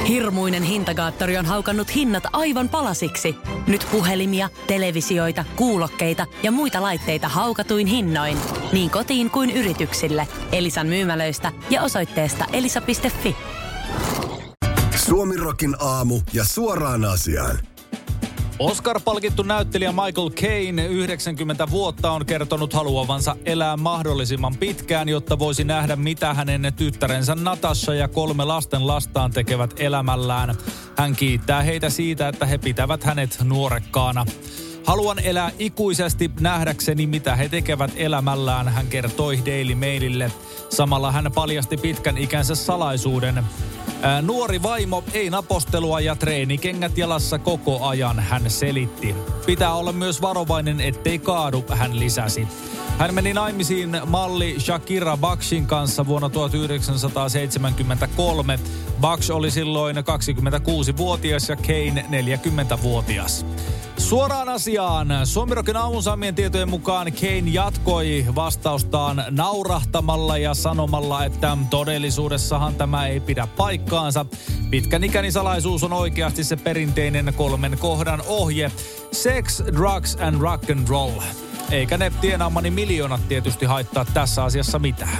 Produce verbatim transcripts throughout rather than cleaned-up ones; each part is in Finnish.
Hirmuinen hintakaattori on haukannut hinnat aivan palasiksi. Nyt puhelimia, televisioita, kuulokkeita ja muita laitteita haukatuin hinnoin. Niin kotiin kuin yrityksille. Elisan myymälöistä ja osoitteesta elisa piste fi. Suomirokin aamu ja suoraan asiaan. Oscar-palkittu näyttelijä Michael Caine, yhdeksänkymmentä vuotta, on kertonut haluavansa elää mahdollisimman pitkään, jotta voisi nähdä, mitä hänen tyttärensä Natasha ja kolme lasten lastaan tekevät elämällään. Hän kiittää heitä siitä, että he pitävät hänet nuorekkaana. Haluan elää ikuisesti nähdäkseni, mitä he tekevät elämällään, hän kertoi Daily Mailille. Samalla hän paljasti pitkän ikänsä salaisuuden. Ää, nuori vaimo, ei napostelua ja treenikengät jalassa koko ajan, hän selitti. Pitää olla myös varovainen, ettei kaadu, hän lisäsi. Hän meni naimisiin malli Shakira Bakshin kanssa vuonna tuhatyhdeksänsataaseitsemänkymmentäkolme. Baksh oli silloin kaksikymmentäkuusivuotias ja Caine neljäkymmentävuotias. Suoraan asiaan. Suomirokin aamun saamien tietojen mukaan Caine jatkoi vastaustaan naurahtamalla ja sanomalla, että todellisuudessahan tämä ei pidä paikkaansa. Pitkän ikäni salaisuus on oikeasti se perinteinen kolmen kohdan ohje. Sex, drugs and rock and roll. Eikä ne tienaamani miljoonat tietysti haittaa tässä asiassa mitään.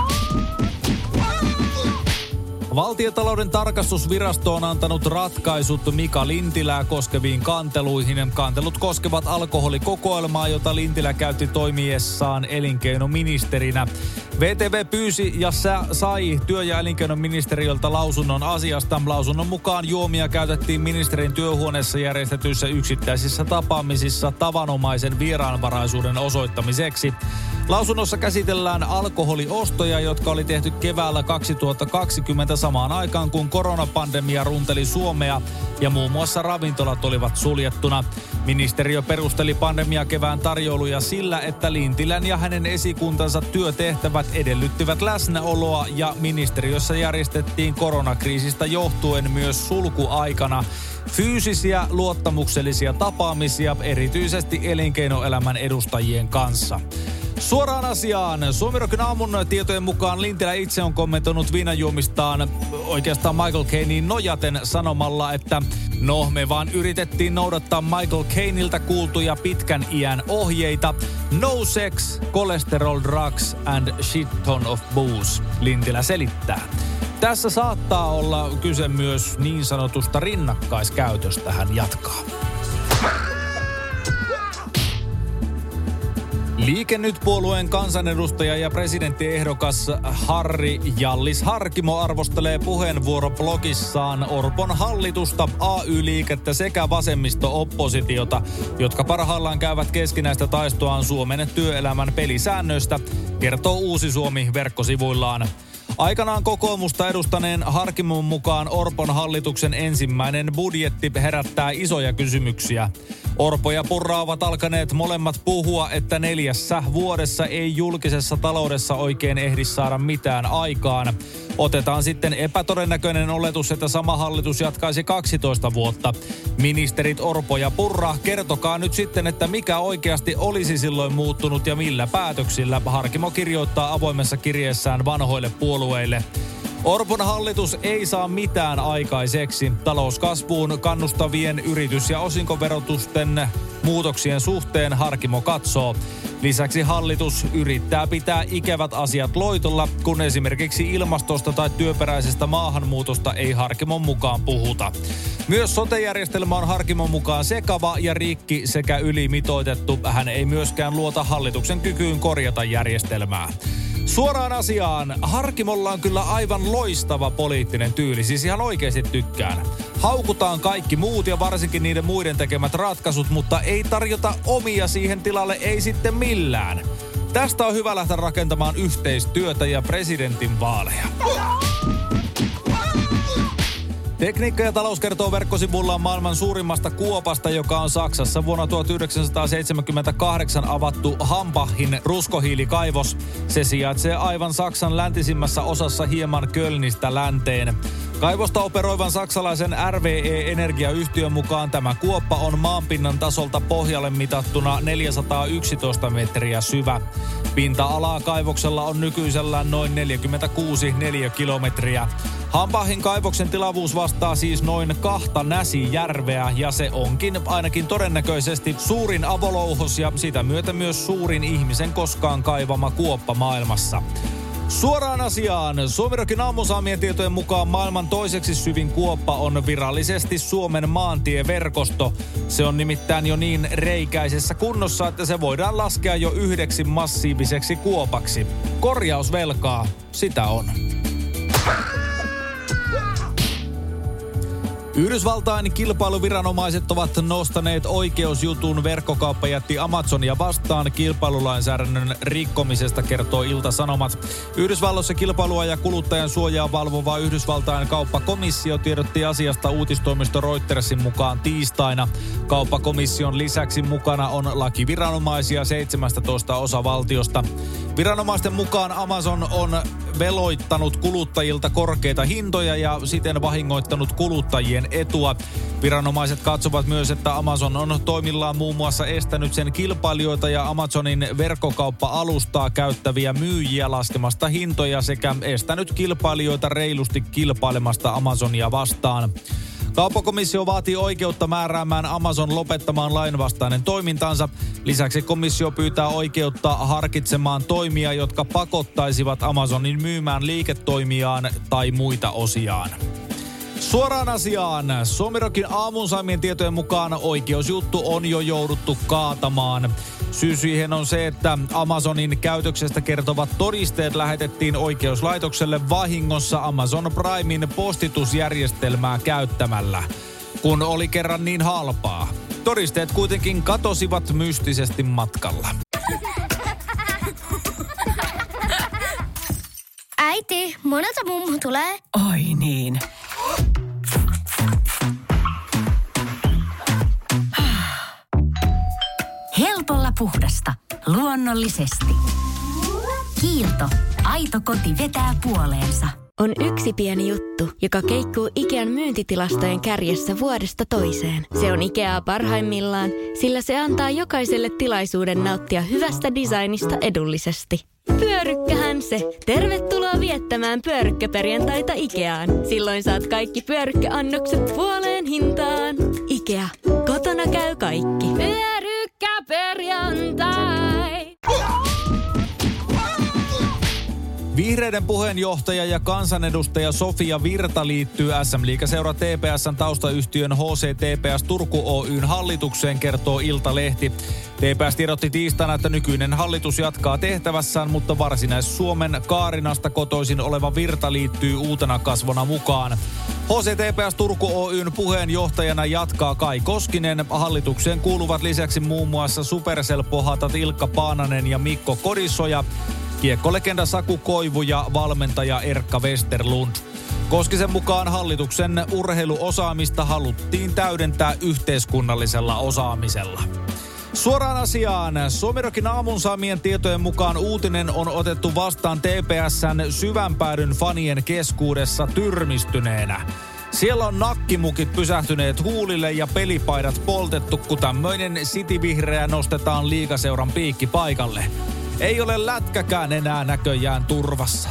Valtiontalouden tarkastusvirasto on antanut ratkaisut Mika Lintilää koskeviin kanteluihin. Kantelut koskevat alkoholikokoelmaa, jota Lintilä käytti toimiessaan elinkeinoministerinä. V T V pyysi ja sai työ- ja elinkeinoministeriöltä lausunnon asiasta. Lausunnon mukaan juomia käytettiin ministerin työhuoneessa järjestetyissä yksittäisissä tapaamisissa tavanomaisen vieraanvaraisuuden osoittamiseksi. Lausunnossa käsitellään alkoholiostoja, jotka oli tehty keväällä kaksituhattakaksikymmentä samaan aikaan, kun koronapandemia runteli Suomea ja muun muassa ravintolat olivat suljettuna. Ministeriö perusteli pandemiakevään tarjouluja sillä, että Lintilän ja hänen esikuntansa työtehtävät edellyttivät läsnäoloa ja ministeriössä järjestettiin koronakriisistä johtuen myös sulkuaikana fyysisiä luottamuksellisia tapaamisia erityisesti elinkeinoelämän edustajien kanssa. Suoraan asiaan. Suomirokin aamun tietojen mukaan Lintilä itse on kommentoinut viinajuomistaan oikeastaan Michael Caineen nojaten sanomalla, että no me vaan yritettiin noudattaa Michael Caineltä kuultuja pitkän iän ohjeita. No sex, cholesterol, drugs and shit ton of booze, Lintilä selittää. Tässä saattaa olla kyse myös niin sanotusta rinnakkaiskäytöstä, hän jatkaa. Liike Nyt-puolueen kansanedustaja ja presidenttiehdokas Harri Jallis Harkimo arvostelee puheenvuoroblogissaan Orpon hallitusta, A Y-liikettä sekä vasemmisto-oppositiota, jotka parhaillaan käyvät keskinäistä taistoaan Suomen työelämän pelisäännöistä, kertoo Uusi Suomi verkkosivuillaan. Aikanaan kokoomusta edustaneen Harkimon mukaan Orpon hallituksen ensimmäinen budjetti herättää isoja kysymyksiä. Orpo ja Purra ovat alkaneet molemmat puhua, että neljässä vuodessa ei julkisessa taloudessa oikein ehdi saada mitään aikaan. Otetaan sitten epätodennäköinen oletus, että sama hallitus jatkaisi kaksitoista vuotta. Ministerit Orpo ja Purra, kertokaa nyt sitten, että mikä oikeasti olisi silloin muuttunut ja millä päätöksillä, Harkimo kirjoittaa avoimessa kirjeessään vanhoille puolueille. Orpon hallitus ei saa mitään aikaiseksi. Talouskasvuun kannustavien yritys- ja osinkoverotusten muutoksien suhteen Harkimo katsoo. Lisäksi hallitus yrittää pitää ikävät asiat loitolla, kun esimerkiksi ilmastosta tai työperäisestä maahanmuutosta ei Harkimon mukaan puhuta. Myös sote-järjestelmä on Harkimon mukaan sekava ja rikki sekä ylimitoitettu. Hän ei myöskään luota hallituksen kykyyn korjata järjestelmää. Suoraan asiaan, Harkimolla on kyllä aivan loistava poliittinen tyyli, siis ihan oikeasti tykkään. Haukutaan kaikki muut ja varsinkin niiden muiden tekemät ratkaisut, mutta ei tarjota omia siihen tilalle, ei sitten millään. Tästä on hyvä lähteä rakentamaan yhteistyötä ja presidentin vaaleja. Tekniikka ja talous kertoo verkkosivullaan maailman suurimmasta kuopasta, joka on Saksassa vuonna tuhatyhdeksänsataaseitsemänkymmentäkahdeksan avattu Hampahin ruskohiilikaivos. Se sijaitsee aivan Saksan läntisimmässä osassa hieman Kölnistä länteen. Kaivosta operoivan saksalaisen R V E-energiayhtiön mukaan tämä kuoppa on maanpinnan tasolta pohjalle mitattuna neljäsataayksitoista metriä syvä. Pinta-alaa kaivoksella on nykyisellään noin neljäkymmentäkuusi neliökilometriä. Hampahin kaivoksen tilavuus vastaa siis noin kahta Näsijärveä ja se onkin ainakin todennäköisesti suurin avolouhos ja sitä myötä myös suurin ihmisen koskaan kaivama kuoppa maailmassa. Suoraan asiaan. Suomirokin aamusaamien tietojen mukaan maailman toiseksi syvin kuoppa on virallisesti Suomen maantieverkosto. Se on nimittäin jo niin reikäisessä kunnossa, että se voidaan laskea jo yhdeksi massiiviseksi kuopaksi. Korjausvelkaa, sitä on. Yhdysvaltain kilpailuviranomaiset ovat nostaneet oikeusjutun verkkokauppajätti Amazonia vastaan kilpailulainsäädännön rikkomisesta, kertoo Ilta-Sanomat. Yhdysvalloissa kilpailua ja kuluttajan suojaa valvova Yhdysvaltain kauppakomissio tiedotti asiasta uutistoimisto Reutersin mukaan tiistaina. Kauppakomission lisäksi mukana on lakiviranomaisia seitsemästätoista osavaltiosta. Viranomaisten mukaan Amazon on veloittanut kuluttajilta korkeita hintoja ja siten vahingoittanut kuluttajien etua. Viranomaiset katsovat myös, että Amazon on toimillaan muun muassa estänyt sen kilpailijoita ja Amazonin verkkokauppa-alustaa käyttäviä myyjiä laskemasta hintoja sekä estänyt kilpailijoita reilusti kilpailemasta Amazonia vastaan. Kauppakomissio vaatii oikeutta määräämään Amazon lopettamaan lainvastainen toimintansa. Lisäksi komissio pyytää oikeutta harkitsemaan toimia, jotka pakottaisivat Amazonin myymään liiketoimiaan tai muita osiaan. Suoraan asiaan. Suomirokin aamunsaamien tietojen mukaan oikeusjuttu on jo jouduttu kaatamaan. Syy siihen on se, että Amazonin käytöksestä kertovat todisteet lähetettiin oikeuslaitokselle vahingossa Amazon Primein postitusjärjestelmää käyttämällä, kun oli kerran niin halpaa. Todisteet kuitenkin katosivat mystisesti matkalla. Äiti, monelta mummu tulee? Oi niin. Helpolla puhdasta. Luonnollisesti. Kiilto. Aito koti vetää puoleensa. On yksi pieni juttu, joka keikkuu Ikean myyntitilastojen kärjessä vuodesta toiseen. Se on Ikeaa parhaimmillaan, sillä se antaa jokaiselle tilaisuuden nauttia hyvästä designista edullisesti. Pyörykkähän se. Tervetuloa viettämään pyörykkäperjantaita Ikeaan. Silloin saat kaikki pyörykkäannokset puoleen hintaan. Ikea. Kotona käy kaikki. Pyörykkäperjantai. Vihreiden puheenjohtaja ja kansanedustaja Sofia Virta liittyy S M-liigaseura T P S:n taustayhtiön H C T P S Turku Oy:n hallitukseen, kertoo Iltalehti. T P S tiedotti tiistaina, että nykyinen hallitus jatkaa tehtävässään, mutta Varsinais-Suomen Kaarinasta kotoisin oleva Virta liittyy uutena kasvona mukaan. H C T P S Turku Oy:n puheenjohtajana jatkaa Kai Koskinen. Hallitukseen kuuluvat lisäksi muun muassa Supercell-pohatat Ilkka Paananen ja Mikko Kodissoja, kiekkolegenda Saku Koivu ja valmentaja Erkka Westerlund. Koskisen mukaan hallituksen urheiluosaamista haluttiin täydentää yhteiskunnallisella osaamisella. Suoraan asiaan. Suomirokin aamunsaamien tietojen mukaan uutinen on otettu vastaan T P S:n syvänpäädyn fanien keskuudessa tyrmistyneenä. Siellä on nakkimukit pysähtyneet huulille ja pelipaidat poltettu, kun tämmöinen cityvihreä nostetaan liigaseuran piikki paikalle. Ei ole lätkäkään enää näköjään turvassa.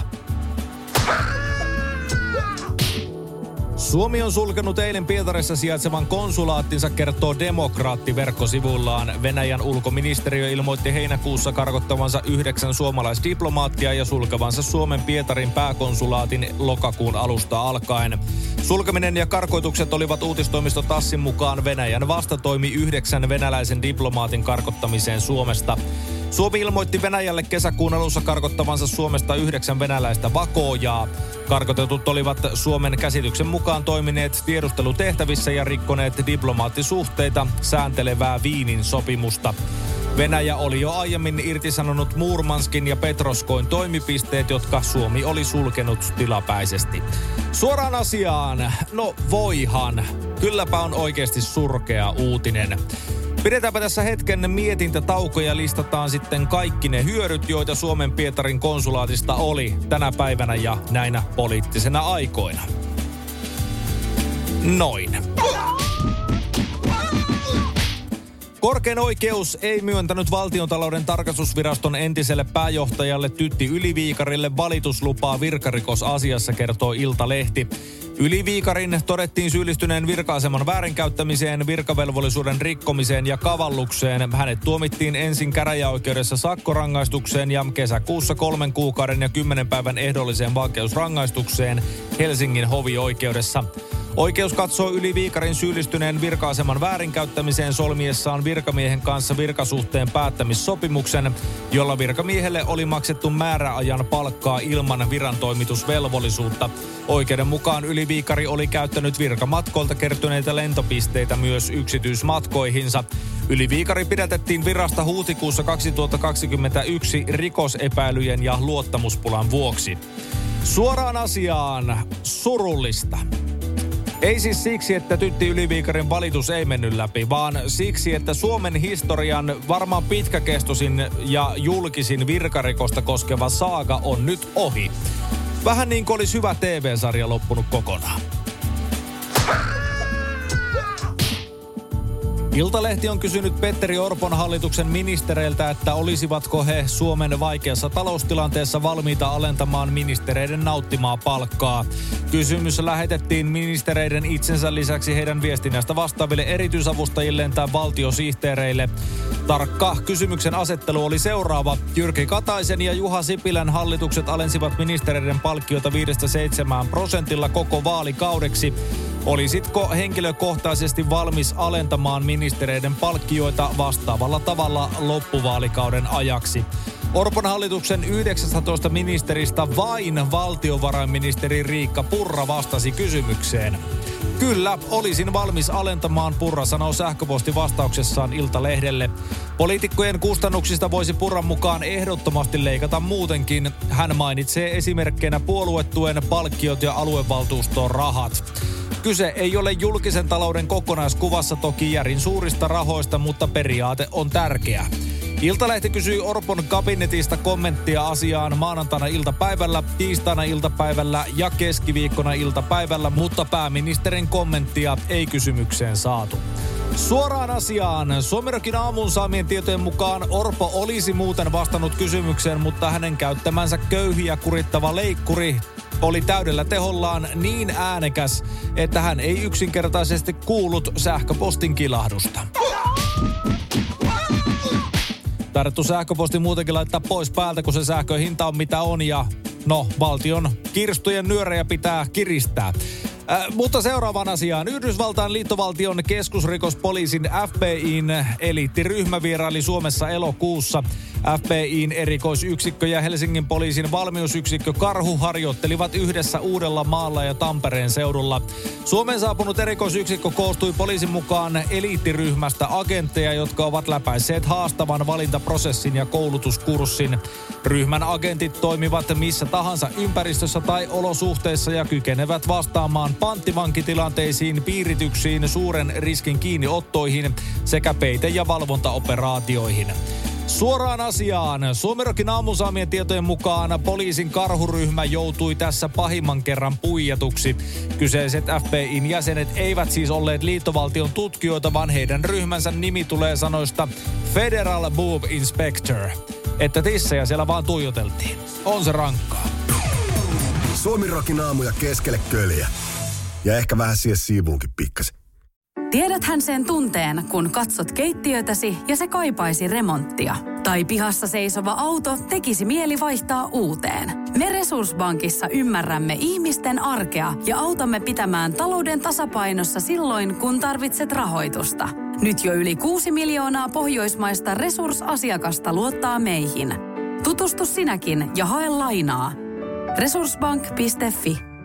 Suomi on sulkenut eilen Pietarissa sijaitsevan konsulaattinsa, kertoo Demokraatti verkkosivullaan. Venäjän ulkoministeriö ilmoitti heinäkuussa karkottavansa yhdeksän suomalaisdiplomaattia ja sulkevansa Suomen Pietarin pääkonsulaatin lokakuun alusta alkaen. Sulkeminen ja karkoitukset olivat uutistoimisto Tassin mukaan Venäjän vastatoimi yhdeksän venäläisen diplomaatin karkottamiseen Suomesta. Suomi ilmoitti Venäjälle kesäkuun alussa karkottavansa Suomesta yhdeksän venäläistä vakoojaa. Karkotetut olivat Suomen käsityksen mukaan toimineet tiedustelutehtävissä ja rikkoneet diplomaattisuhteita sääntelevää Wienin sopimusta. Venäjä oli jo aiemmin irtisanonut Murmanskin ja Petroskoin toimipisteet, jotka Suomi oli sulkenut tilapäisesti. Suoraan asiaan, no voihan, kylläpä on oikeasti surkea uutinen. Pidetäänpä tässä hetken mietintätauko ja listataan sitten kaikki ne hyödyt, joita Suomen Pietarin konsulaatista oli tänä päivänä ja näinä poliittisena aikoina. Noin. Korkein oikeus ei myöntänyt Valtiontalouden tarkastusviraston entiselle pääjohtajalle Tytti Yli-Viikarille valituslupaa virkarikosasiassa, kertoo Iltalehti. Yli-Viikarin todettiin syyllistyneen virka-aseman väärinkäyttämiseen, virkavelvollisuuden rikkomiseen ja kavallukseen. Hänet tuomittiin ensin käräjäoikeudessa sakkorangaistukseen ja kesäkuussa kolmen kuukauden ja kymmenen päivän ehdolliseen vankeusrangaistukseen Helsingin hovioikeudessa. Oikeus katsoo Yli-Viikarin syyllistyneen virka-aseman väärinkäyttämiseen solmiessaan virkamiehen kanssa virkasuhteen päättämissopimuksen, jolla virkamiehelle oli maksettu määräajan palkkaa ilman virantoimitusvelvollisuutta. Oikeuden mukaan Yli-Viikari oli käyttänyt virkamatkoilta kertyneitä lentopisteitä myös yksityismatkoihinsa. Yli-Viikari pidätettiin virasta huhtikuussa kaksituhattakaksikymmentäyksi rikosepäilyjen ja luottamuspulan vuoksi. Suoraan asiaan, surullista. Ei siis siksi, että Tytti Yli-Viikarin valitus ei mennyt läpi, vaan siksi, että Suomen historian varmaan pitkäkestoisin ja julkisin virkarikosta koskeva saaga on nyt ohi. Vähän niin kuin olisi hyvä T V-sarja loppunut kokonaan. Iltalehti on kysynyt Petteri Orpon hallituksen ministereiltä, että olisivatko he Suomen vaikeassa taloustilanteessa valmiita alentamaan ministereiden nauttimaa palkkaa. Kysymys lähetettiin ministereiden itsensä lisäksi heidän viestinnästä vastaaville erityisavustajilleen tai valtiosihteereille. Tarkka kysymyksen asettelu oli seuraava. Jyrki Kataisen ja Juha Sipilän hallitukset alensivat ministereiden palkkiota viidestä seitsemään prosentilla koko vaalikaudeksi. Olisitko henkilökohtaisesti valmis alentamaan ministereiden palkkioita vastaavalla tavalla loppuvaalikauden ajaksi? Orpon hallituksen yhdeksästätoista ministeristä vain valtiovarainministeri Riikka Purra vastasi kysymykseen. Kyllä, olisin valmis alentamaan, Purra sanoo sähköpostivastauksessaan Iltalehdelle. Poliitikkojen kustannuksista voisi Purran mukaan ehdottomasti leikata muutenkin. Hän mainitsee esimerkkeinä puoluetuen, palkkiot ja aluevaltuuston rahat. Kyse ei ole julkisen talouden kokonaiskuvassa toki järin suurista rahoista, mutta periaate on tärkeä. Iltalehti kysyi Orpon kabinetista kommenttia asiaan maanantaina iltapäivällä, tiistaina iltapäivällä ja keskiviikkona iltapäivällä, mutta pääministerin kommenttia ei kysymykseen saatu. Suoraan asiaan. Suomirokin aamun saamien tietojen mukaan Orpo olisi muuten vastannut kysymykseen, mutta hänen käyttämänsä köyhiä kurittava leikkuri oli täydellä tehollaan niin äänekäs, että hän ei yksinkertaisesti kuullut sähköpostin kilahdusta. Tarvittu sähköposti muutenkin laittaa pois päältä, kun se sähkön hinta on mitä on ja no, valtion kirstujen nyörejä pitää kiristää. Äh, mutta seuraavaan asiaan. Yhdysvaltain liittovaltion keskusrikospoliisin F B I:n eliittiryhmä vieraili Suomessa elokuussa. F B I:n erikoisyksikkö ja Helsingin poliisin valmiusyksikkö Karhu harjoittelivat yhdessä Uudellamaalla ja Tampereen seudulla. Suomeen saapunut erikoisyksikkö koostui poliisin mukaan eliittiryhmästä agentteja, jotka ovat läpäisseet haastavan valintaprosessin ja koulutuskurssin. Ryhmän agentit toimivat missä tahansa ympäristössä tai olosuhteissa ja kykenevät vastaamaan panttivankitilanteisiin, piirityksiin, suuren riskin kiinniottoihin sekä peite- ja valvontaoperaatioihin. Suoraan asiaan. Suomirokin aamun saamien tietojen mukaan poliisin karhuryhmä joutui tässä pahimman kerran puijatuksi. Kyseiset F B I:n jäsenet eivät siis olleet liittovaltion tutkijoita, vaan heidän ryhmänsä nimi tulee sanoista Federal Boob Inspector. Että tissejä siellä vaan tuijoteltiin. On se rankkaa. Suomirokin aamuja keskelle köljä. Ja ehkä vähän siihen siivuunkin pikkasen. Tiedäthän sen tunteen, kun katsot keittiötäsi ja se kaipaisi remonttia. Tai pihassa seisova auto tekisi mieli vaihtaa uuteen. Me Resurssbankissa ymmärrämme ihmisten arkea ja autamme pitämään talouden tasapainossa silloin, kun tarvitset rahoitusta. Nyt jo yli kuusi miljoonaa pohjoismaista resursasiakasta luottaa meihin. Tutustu sinäkin ja hae lainaa. resurssbank piste fi